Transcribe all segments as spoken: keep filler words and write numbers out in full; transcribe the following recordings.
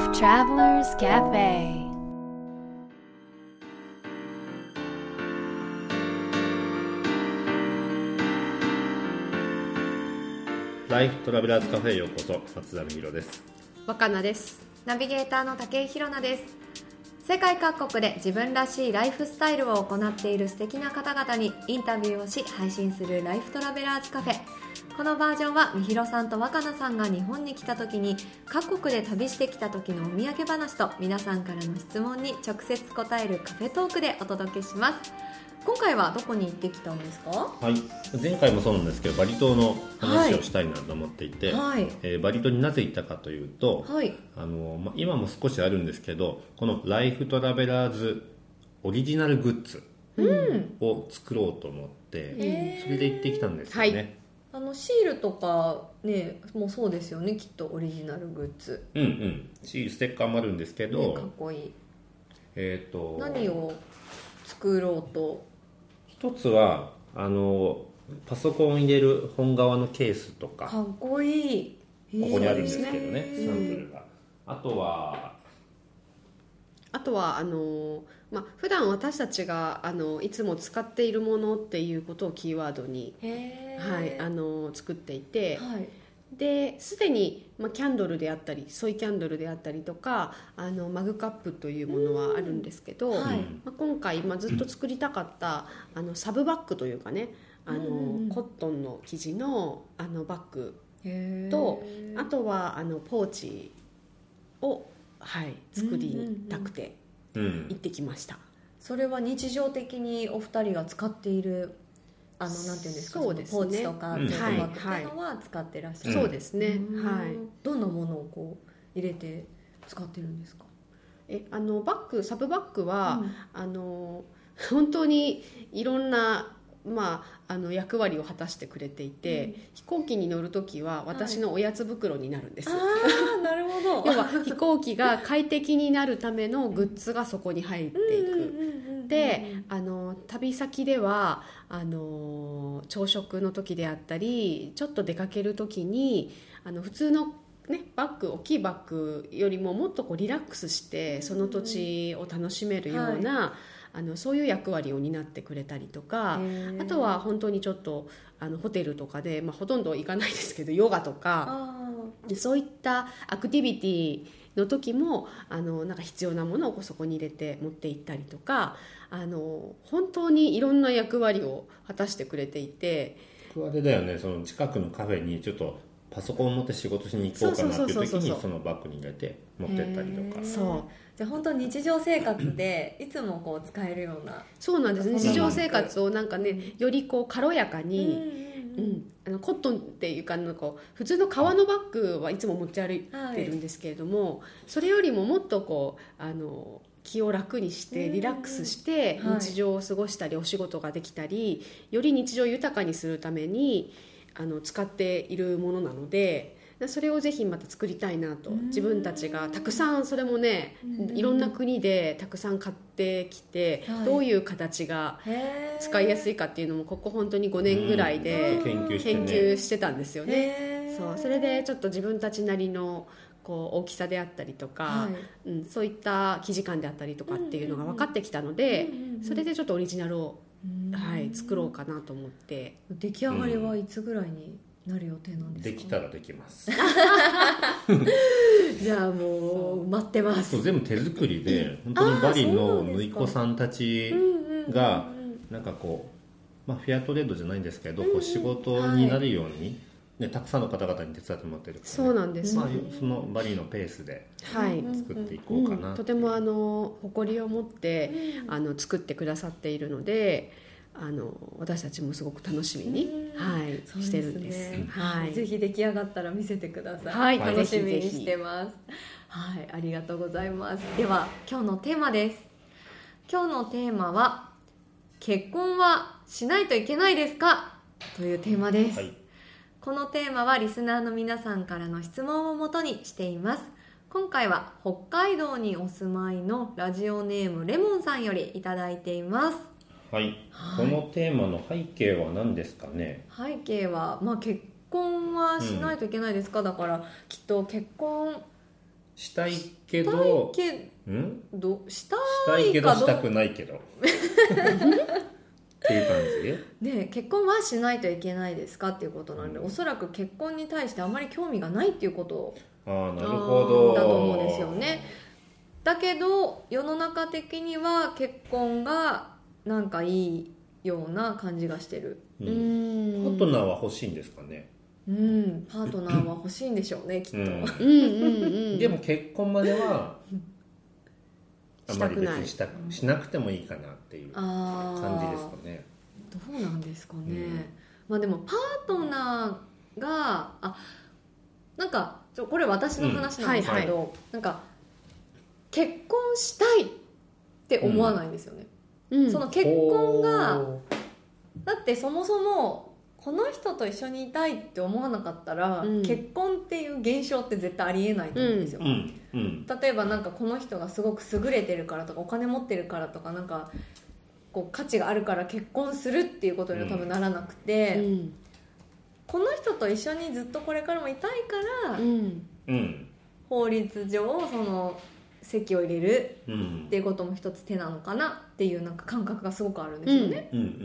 Travelers Cafe。 ライフトラベラーズカフェへようこそ。松田美弘です。 若菜です。 ナビゲーターの武井宏奈です。世界各国で自分らしいライフスタイルを行っている素敵な方々にインタビューをし配信するライフトラベラーズカフェ。このバージョンは美弘さんと若菜さんが日本に来た時に各国で旅してきた時のお土産話と皆さんからの質問に直接答えるカフェトークでお届けします。今回はどこに行ってきたんですか？ はい、前回もそうなんですけどバリ島の話をしたいなと思っていて、はいえー、バリ島になぜ行ったかというと、はいあのま、今も少しあるんですけどこのライフトラベラーズオリジナルグッズを作ろうと思って、うん、それで行ってきたんですよね、はいあのシールとかねもうそうですよねきっとオリジナルグッズうんうんシールステッカーもあるんですけど、 ね、かっこいいえーと何を作ろうと一つはあのパソコン入れる本革のケースとかかっこいいここにあるんですけどねサンプルがあとはあとはあの、まあ、普段私たちがあのいつも使っているものっていうことをキーワードに、はい、あの作っていて、はい、ですでに、まあ、キャンドルであったりソイキャンドルであったりとかあのマグカップというものはあるんですけど、はいまあ、今回、まあ、ずっと作りたかったあのサブバッグというかねあの、うん、コットンの生地 の, あのバッグとあとはあのポーチをはい、作りたくて行ってきました、うんうんうん、 それは日常的にお二人が使っているあのなんていうんですかそうですね、ポーチとかトートバッグっていうのは使ってらっしゃる、 うん、そうですね、はい、 どんなものをこう入れて使ってるんですか？ えあのバッグサブバッグは、うん、あの本当にいろんなまあ、あの役割を果たしてくれていて、うん、飛行機に乗るときは私のおやつ袋になるんです、はい、 あなるほど要は飛行機が快適になるためのグッズがそこに入っていくであの旅先ではあの朝食の時であったりちょっと出かける時にあの普通のね、バッグ大きいバッグよりももっとこうリラックスしてその土地を楽しめるような、はいあのそういう役割を担ってくれたりとかあとは本当にちょっとあのホテルとかで、まあ、ほとんど行かないですけどヨガとかでそういったアクティビティの時もあのなんか必要なものをそこに入れて持って行ったりとかあの本当にいろんな役割を果たしてくれていてあれだよねその近くのカフェにちょっとパソコンを持って仕事しに行こうかなっていう時にそのバッグに入れて持ってったりとかそうじゃあ本当に日常生活でいつもこう使えるようなそうなんです日常生活をなんかねよりこう軽やかに、うんうん、あのコットンっていうかなんか普通の革のバッグはいつも持ち歩いてるんですけれども、はい、それよりももっとこうあの気を楽にしてリラックスして日常を過ごしたりお仕事ができたりより日常を豊かにするためにあの使っているものなのでそれをぜひまた作りたいなと自分たちがたくさんそれもねいろんな国でたくさん買ってきてどういう形が使いやすいかっていうのもここ本当にごねんぐらいで研究してたんですよね。そうそれでちょっと自分たちなりのこう大きさであったりとか、はいうん、そういった生地感であったりとかっていうのが分かってきたのでそれでちょっとオリジナルをはい、作ろうかなと思って出来上がりはいつぐらいになる予定なんですか？ できたらできますじゃあもう待ってます。 全部手作りで本当にバリの縫い子さんたちがなんかこう、まあ、フェアトレードじゃないんですけどこう仕事になるように、ね、たくさんの方々に手伝ってもらってるから、ね、 そうなんです、 まあ、そのバリのペースで作っていこうかな、 はいうん、とてもあの誇りを持ってあの作ってくださっているのであの私たちもすごく楽しみに、はい、してるんです、 はい、ぜひ出来上がったら見せてください、はい、楽しみにしてます。はい、ありがとうございます。では今日のテーマです。今日のテーマは結婚はしないといけないですかというテーマです、はい、このテーマはリスナーの皆さんからの質問をもとにしています。今回は北海道にお住まいのラジオネームレモンさんよりいただいています。 はい、はい、このテーマの背景は何ですかね？ 背景は、まあ、結婚はしないといけないですか、うん、だからきっと結婚したいけどしたいけどしたしたいけどしたくないけどっていう感じで、結婚はしないといけないですかっていうことなんで、うん、おそらく結婚に対してあまり興味がないっていうことあなるほどだと思うんですよね。だけど世の中的には結婚がなんかいいような感じがしてる、 うん、うんパートナーは欲しいんですかね。 うん、パートナーは欲しいんでしょうねきっと、うんうんうんうん、でも結婚まではあまり別にしたくしなくてもいいかなっていう感じですかね。 どうなんですかね、うん、まあでもパートナーがあなんかちょこれ私の話なんですけど、うんはいはい、なんか結婚したいって思わないんですよね、うん、その結婚がだってそもそもこの人と一緒にいたいって思わなかったら、うん、結婚っていう現象って絶対ありえないと思うんですよ、うんうん、例えばなんかこの人がすごく優れてるからとかお金持ってるからとかなんかこう価値があるから結婚するっていうことには多分ならなくて、うん、この人と一緒にずっとこれからもいたいから、うんうん、法律上その籍を入れるっていうことも一つ手なのかなっていうなんか感覚がすごくあるんですよね、うんうんうんうん、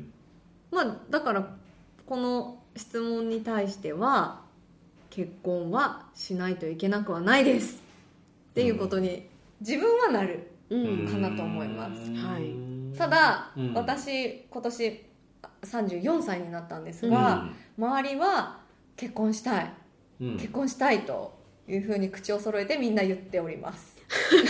まあだからこの質問に対しては結婚はしないといけなくはないですっていうことに自分はなるかなと思います、はい、ただ、うん、私今年さんじゅうよんさいになったんですが、うん、周りは結婚したい、うん、結婚したいというふうに口を揃えてみんな言っております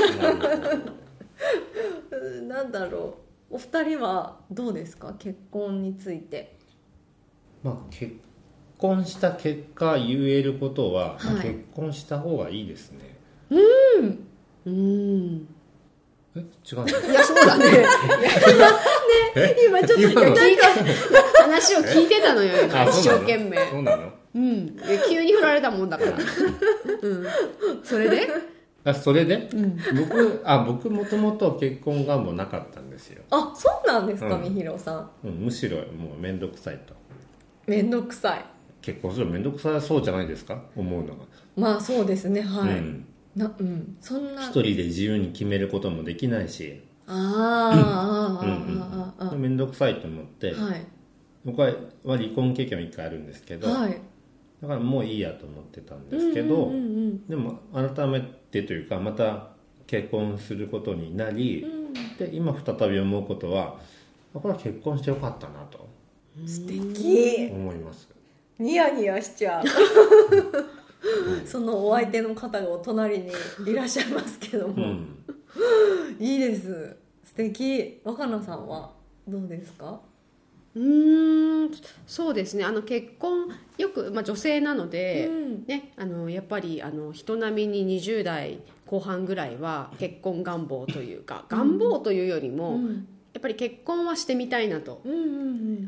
なんだろうお二人はどうですか結婚について。 まあ、結婚した結果言えることは、はいまあ、結婚した方がいいですね。 うんうんえ違うの？いやそうだねね今ちょっと今聞いた話を聞いてたのよ一生懸命。 そうなの？ うん、急に振られたもんだから、うん、それであそれで、うん、僕あ僕もともと結婚願望なかったんですよ。 あそうなんですか、みひろさん、 うん、むしろもう面倒くさいと。 面倒くさい結婚するの面倒くさそうじゃないですか思うのが。 まあそうですねはい、うんなうん、そんな一人で自由に決めることもできないしああああ面倒くさいと思って、はい、僕は離婚経験はいっかいあるんですけど、はい、だからもういいやと思ってたんですけど、うんうんうんうん、でも改めてというかまた結婚することになり、うん、で今再び思うことはこれは結婚してよかったなと素敵思います。 ニヤニヤしちゃうそのお相手の方がお隣にいらっしゃいますけども、うん、いいです素敵。若菜さんはどうですか？ うーんそうですねあの結婚よく、まあ、女性なので、うんね、あのやっぱりあの人並みににじゅう代後半ぐらいは結婚願望というか、うん、願望というよりも、うんやっぱり結婚はしてみたいなと、うんうんうん、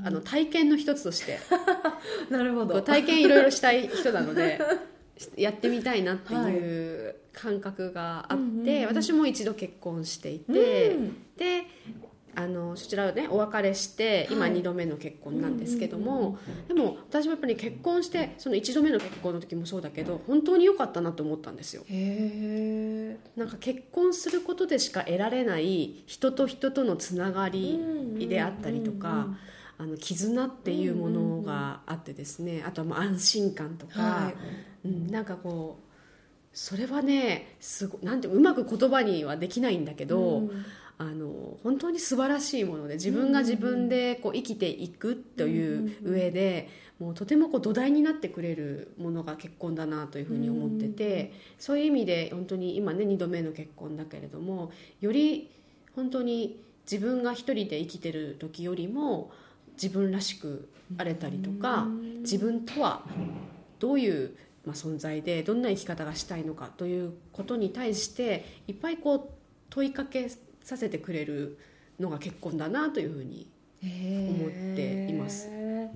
あの体験の一つとしてなるほど体験いろいろしたい人なのでやってみたいなっていう感覚があって、はい、私も一度結婚していて、うん、であのそちらをねお別れして今にどめの結婚なんですけども、はい、でも私もやっぱり結婚してそのいちどめの結婚の時もそうだけど本当に良かったなと思ったんですよ。へーなんか結婚することでしか得られない人と人とのつながりであったりとか、あの絆っていうものがあってですね、あとはもう安心感とか、はいうん、なんかこうそれはねすごなんてうまく言葉にはできないんだけど、うんあの本当に素晴らしいもので自分が自分でこう生きていくという上でもうとてもこう土台になってくれるものが結婚だなというふうに思ってて、そういう意味で本当に今ねにどめの結婚だけれどもより本当に自分が一人で生きてる時よりも自分らしくあれたりとか自分とはどういうまあ存在でどんな生き方がしたいのかということに対していっぱいこう問いかけさせてくれるのが結婚だなというふうに思っています、うん、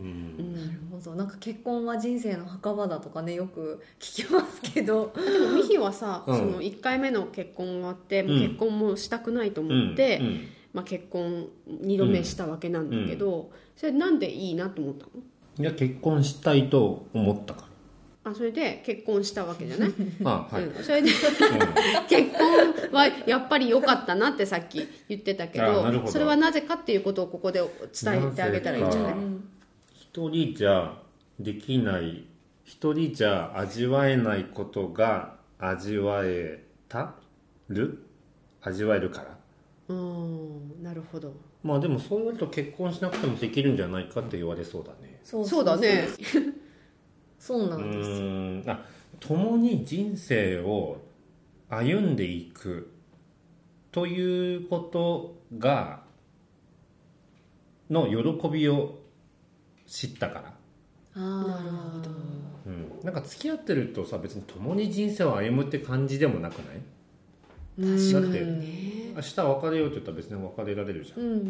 なるほど。なんか結婚は人生の墓場だとかねよく聞きますけどでもミヒはさ、うん、そのいっかいめの結婚終わって、うん、結婚もしたくないと思って、うんうんまあ、結婚にどめしたわけなんだけど、うん、それなんでいいなと思ったの？ いや結婚したいと思ったから。 あそれで結婚したわけじゃないあ、はい、 うん、それで、うん、結婚はやっぱり良かったなってさっき言ってたけ ど, どそれはなぜかっていうことをここで伝えてあげたらいいんじゃない？ 一人じゃできない、一人じゃ味わえないことが味わえたる味わえるから。 うーん、なるほど。 まあでもそう言われると結婚しなくてもできるんじゃないかって言われそうだね。 そうそうだねそうなんです。 うーん、あ、共に人生を歩んでいくということがの喜びを知ったから。 あ、なるほど、 うん、なんか付き合ってるとさ、別に共に人生を歩むって感じでもなくない？ 確かにね。 だって明日別れようって言ったら別に別れられるじゃん、 うんうんうんうん、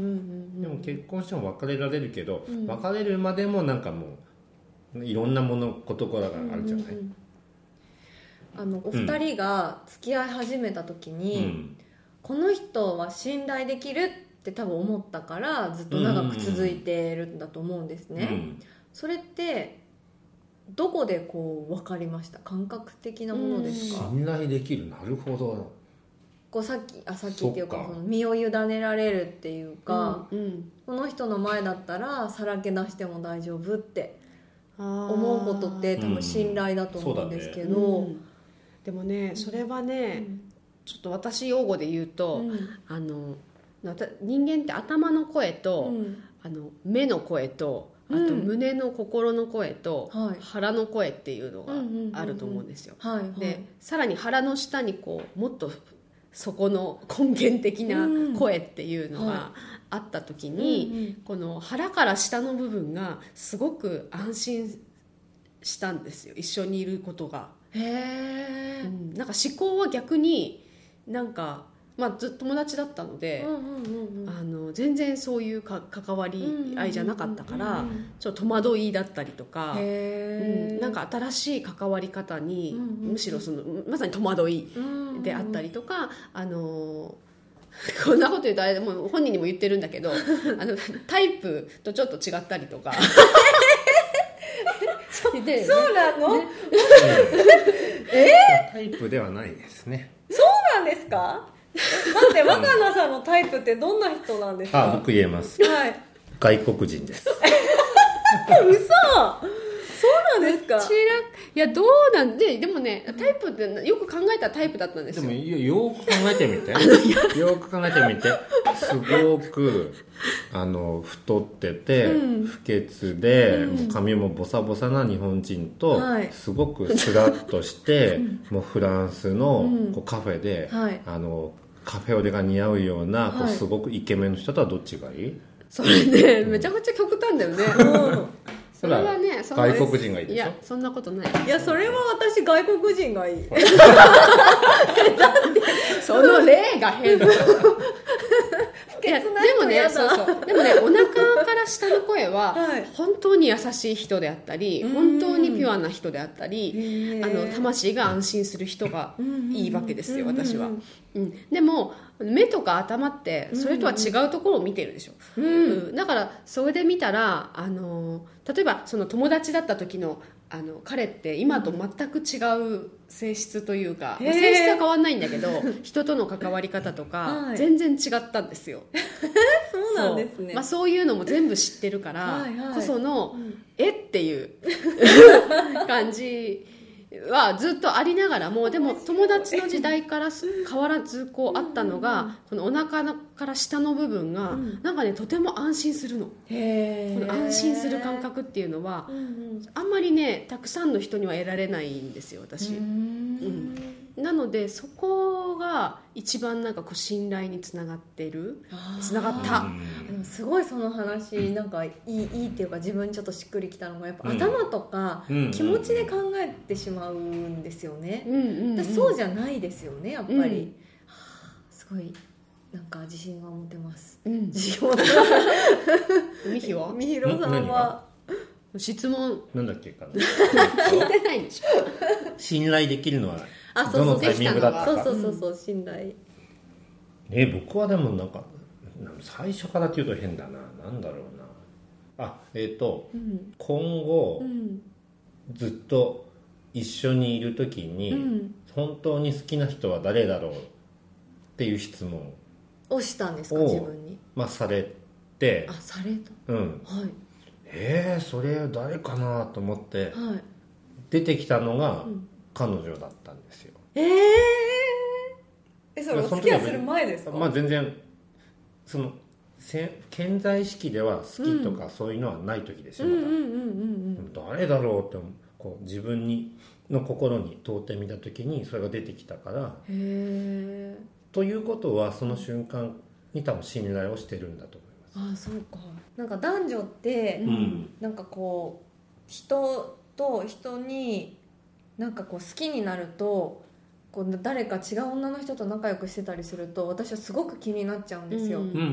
でも結婚しても別れられるけど、 うん、 別れるまでもなんかもういろんなもの事柄があるじゃない、うんうんうん、 あのお二人が付き合い始めた時に、うん、この人は信頼できるって多分思ったからずっと長く続いてるんだと思うんですね、うんうん、それってどこでこう分かりました？感覚的なものですか？ 信頼できる、なるほど。 こうさっきあさっきっていうかその身を委ねられるっていうか、うんうん、この人の前だったらさらけ出しても大丈夫って思うことって多分信頼だと思うんですけど、うんうん、 でもねそれはね、うん、ちょっと私用語で言うと、うん、あの人間って頭の声と、うん、あの目の声とあと胸の心の声と腹の声っていうのがあると思うんですよ。でさらに腹の下にこうもっとそこの根源的な声っていうのがあった時に、この腹から下の部分がすごく安心したんですよ、一緒にいることが。 へー、 うん、なんか思考は逆になんかまあ、ずっと友達だったので、うんうんうんうん、あの全然そういうか関わり合いじゃなかったから、うんうんうんうん、ちょっと戸惑いだったりとか、へー、うん、なんか新しい関わり方に、うんうんうん、むしろそのまさに戸惑いであったりとか、うんうんうん、あのこんなこと言うとあれでも本人にも言ってるんだけどあのタイプとちょっと違ったりとかそうね、そうなの、ねえー、タイプではないですね。 そうなんですか？待って、若菜さんのタイプってどんな人なんですか？ あ、僕言えます、はい、外国人です嘘そうなんですか？ いやどうなんで、でもねタイプってよく考えたタイプだったんですよ。 でもよく考えてみてよく考えてみてすごくあの太ってて、うん、不潔で、うん、もう髪もボサボサな日本人と、はい、すごくスラッとして、うん、もうフランスのこうカフェで、はい、あのカフェオレが似合うような、はい、こうすごくイケメンの人とはどっちがいい？ それね、うん、めちゃくちゃ極端だよね、うん、それはね、 外国人がいいでしょ？いやそんなことない。 いやそれは私外国人がいいその例が変だいやでもね、そうそうでもね、お腹から下の声は本当に優しい人であったり、はい、本当にピュアな人であったり、あの魂が安心する人がいいわけですよ、私は、うん、でも目とか頭ってそれとは違うところを見てるでしょ、うんうん、だからそれで見たらあの例えばその友達だった時のあの彼って今と全く違う性質というか、まあ、性質は変わんないんだけど人との関わり方とか全然違ったんですよそうなんですね。 そう、まあ、そういうのも全部知ってるからこその、はいはい、えっていう感じはずっとありながらも、でも友達の時代から変わらずこうあったのが、このお腹から下の部分がなんかねとても安心するの。へー、この安心する感覚っていうのはあんまりねたくさんの人には得られないんですよ私。うん、なのでそこが一番なんかこう信頼につながってるつながった。 でもすごいその話なんかいい、いいっていうか自分にちょっとしっくりきたのがやっぱ頭とか気持ちで考えてしまうんですよね、うんうんうん、そうじゃないですよねやっぱり、うん、はあ、すごいなんか自信が持てます、うん、自信持てますみひはみひろさんは質問なんだっけかな聞いてないんでしょ信頼できるのはどのタイミングだったか。 そうそうそうそう信頼、 ね、僕はでもなんか最初からっていうと変だな、なんだろうなあ、えっ、ー、と、うん、今後、うん、ずっと一緒にいる時に、うん、本当に好きな人は誰だろうっていう質問をしたんですか自分に、 まあ、されてあされたうん、はい、えー、それ誰かなと思って、はい、出てきたのが彼女だったんですよ。 えー、えそれお付き合いする前ですか？ まあ、全然その健在意識では好きとかそういうのはない時ですよ、まだ誰だろうってこう自分にの心に問うてみた時にそれが出てきたから、へー、ということはその瞬間に多分信頼をしてるんだと思います。 ああそうか。なんか男女って、うん、なんかこう人と人になんかこう好きになるとこう誰か違う女の人と仲良くしてたりすると私はすごく気になっちゃうんですよ、うんうんうん、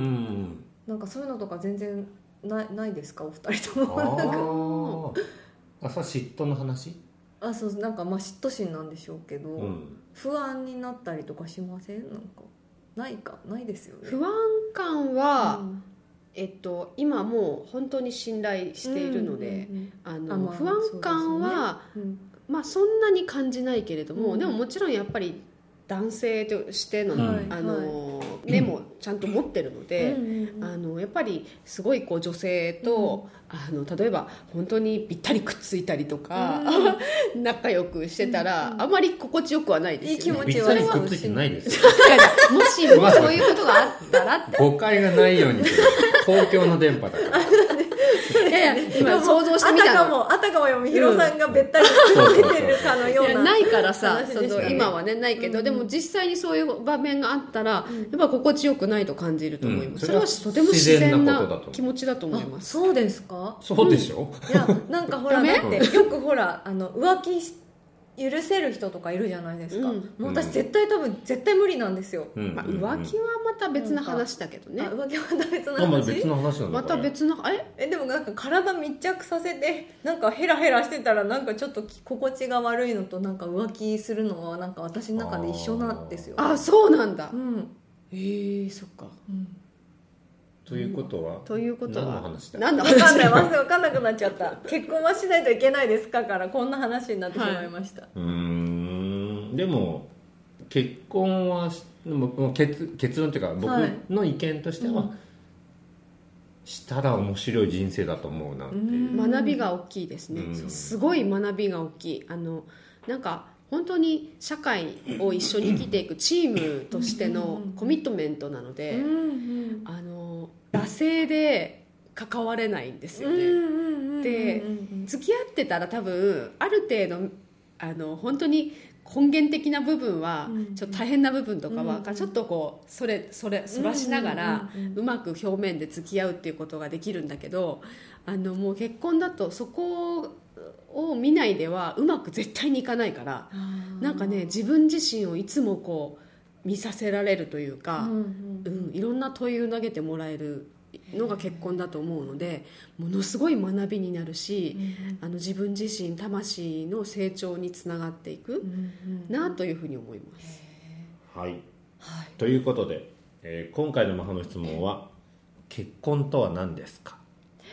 なんかそういうのとか全然 な, ないですかお二人とも？ ああ、それ嫉妬の話？ あ、そう、なんかまあ嫉妬心なんでしょうけど、うん、不安になったりとかしません？なんかないかないですよね。 不安感は、うん、えっと、今もう本当に信頼しているので、うんうんうん、あのあ、まあ、不安感は、ね、うん、まあ、そんなに感じないけれども、うん、でももちろんやっぱり男性としての、はい、あのはい、目もちゃんと持ってるので、うん、あのやっぱりすごいこう女性と、うん、あの例えば本当にぴったりくっついたりとか、うん、仲良くしてたら、うん、あまり心地よくはないですよね。 いい気持ちはぴったりくっついてないですよもしもそういうことがあったらって誤解がないように公共の電波だからいやいや今想像してみたの。 あたかもあたかもよみひろさんがべったりくっついてるかのような、 ないからさ、その今はねないけど、うん、でも実際にそういう場面があったら、うん、やっぱ心地よくないと感じると思います、うん、それはとても自然な気持ちだと思います。 そうですか？ そうでしょ、 うん、いやなんかほらだってよくほらあの浮気し許せる人とかいるじゃないですか、うん、もう私絶対多分絶対無理なんですよ、 うん、まあ、浮気はまた別の話だけどね。 浮気はまた別の話、 まあ、別の話なんだまた別のええでもなんか体密着させてなんかヘラヘラしてたらなんかちょっと心地が悪いのとなんか浮気するのはなんか私の中で一緒なんですよ。 ああそうなんだ、 うん、 えー、そっか、うん、 ということは、 ということは何の話だ？ 何の話だ？分かんない、分かんなくなっちゃった。結婚はしないといけないですかからこんな話になってしまいました、はい、 うーんでも結婚はでも 結, 結論というか僕の意見としては、はい、うん、したら面白い人生だと思うなっていう、 学びが大きいですね、うん、すごい学びが大きい。あのなんか本当に社会を一緒に生きていくチームとしてのコミットメントなので、あの惰性で関われないんですよね。で付き合ってたら多分ある程度あの本当に根源的な部分はちょっと大変な部分とかはちょっとこうそれそれそらしながらうまく表面で付き合うっていうことができるんだけど、あのもう結婚だとそこを見ないではうまく絶対にいかないから、なんかね自分自身をいつもこう見させられるというか、うんうんうん、いろんな問いを投げてもらえるのが結婚だと思うので、ものすごい学びになるし、うんうん、あの自分自身魂の成長につながっていくなというふうに思います、 はい、はい、ということで、えー、今回のマハの質問は結婚とは何ですか？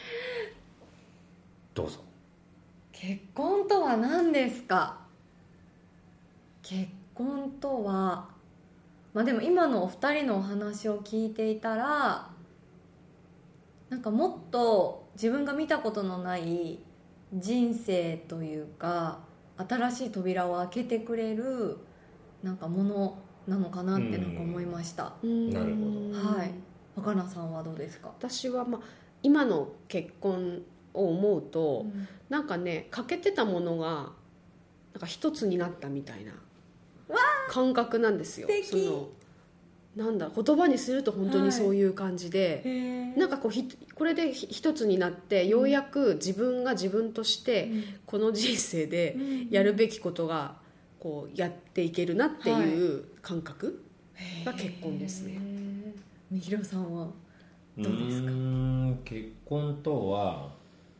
どうぞ。 結婚とは何ですか？結婚とは、まあでも今のお二人のお話を聞いていたら、なんかもっと自分が見たことのない人生というか新しい扉を開けてくれるなんかものなのかなってなんか思いました。 なるほど。はい。若菜さんはどうですか？ 私は、まあ、今の結婚を思うと、うん、なんかね欠けてたものがなんか一つになったみたいな感覚なんですよ。そのなんだ言葉にすると本当にそういう感じで、はい、なんかこうひこれで一つになってようやく自分が自分としてこの人生でやるべきことがこうやっていけるなっていう感覚が結婚ですね。 みひろさんはどうですか？ うーん結婚とは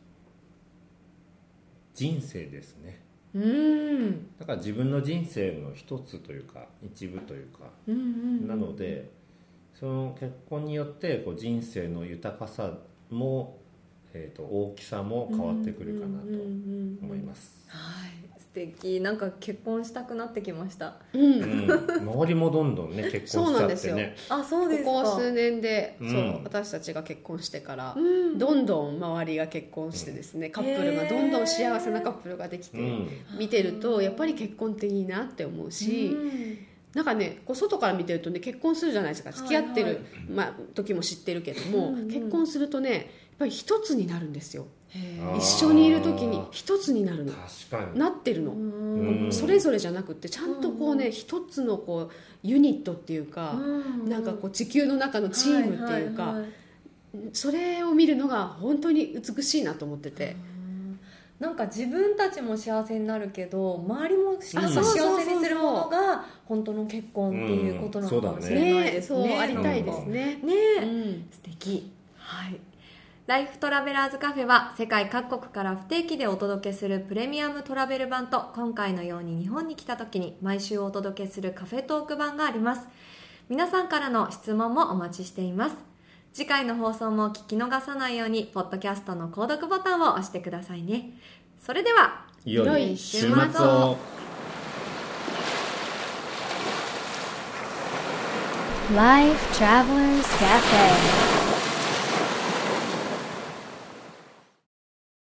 人生ですね。 うーんだから自分の人生の一つというか一部というか、うんうんうん、なのでその結婚によってこう人生の豊かさも、えーと、大きさも変わってくるかなと思います。 はい、素敵。なんか結婚したくなってきました。 うん、うん、周りもどんどんね結婚しちゃってね。そうなんですよ。 あ、そうですか。 ここ数年で、うん、そう私たちが結婚してから、うん、どんどん周りが結婚してですね、うん、カップルがどんどん幸せなカップルができて、うん、見てるとやっぱり結婚っていいなって思うし、うん、なんかねこう外から見てるとね結婚するじゃないですか。付き合ってる、はいはい、まあ、時も知ってるけども、うんうん、結婚するとねやっぱり一つになるんですよ。一緒にいる時に一つになるの。 確かになってるの。それぞれじゃなくてちゃんとこうね一つのこうユニットっていうか、なんかこう地球の中のチームっていうか、はいはいはい、それを見るのが本当に美しいなと思ってて、 なんか自分たちも幸せになるけど周りも幸せにするものが本当の結婚っていうことなのかもしれないですね。 うん、そうだね。そうありたいですね。 ね、うん、素敵。はい。ライフトラベラーズカフェは世界各国から不定期でお届けするプレミアムトラベル版と、今回のように日本に来た時に毎週お届けするカフェトーク版があります。皆さんからの質問もお待ちしています。次回の放送も聞き逃さないようにポッドキャストの購読ボタンを押してくださいね。それでは良い週末を。 Life Travelers Cafe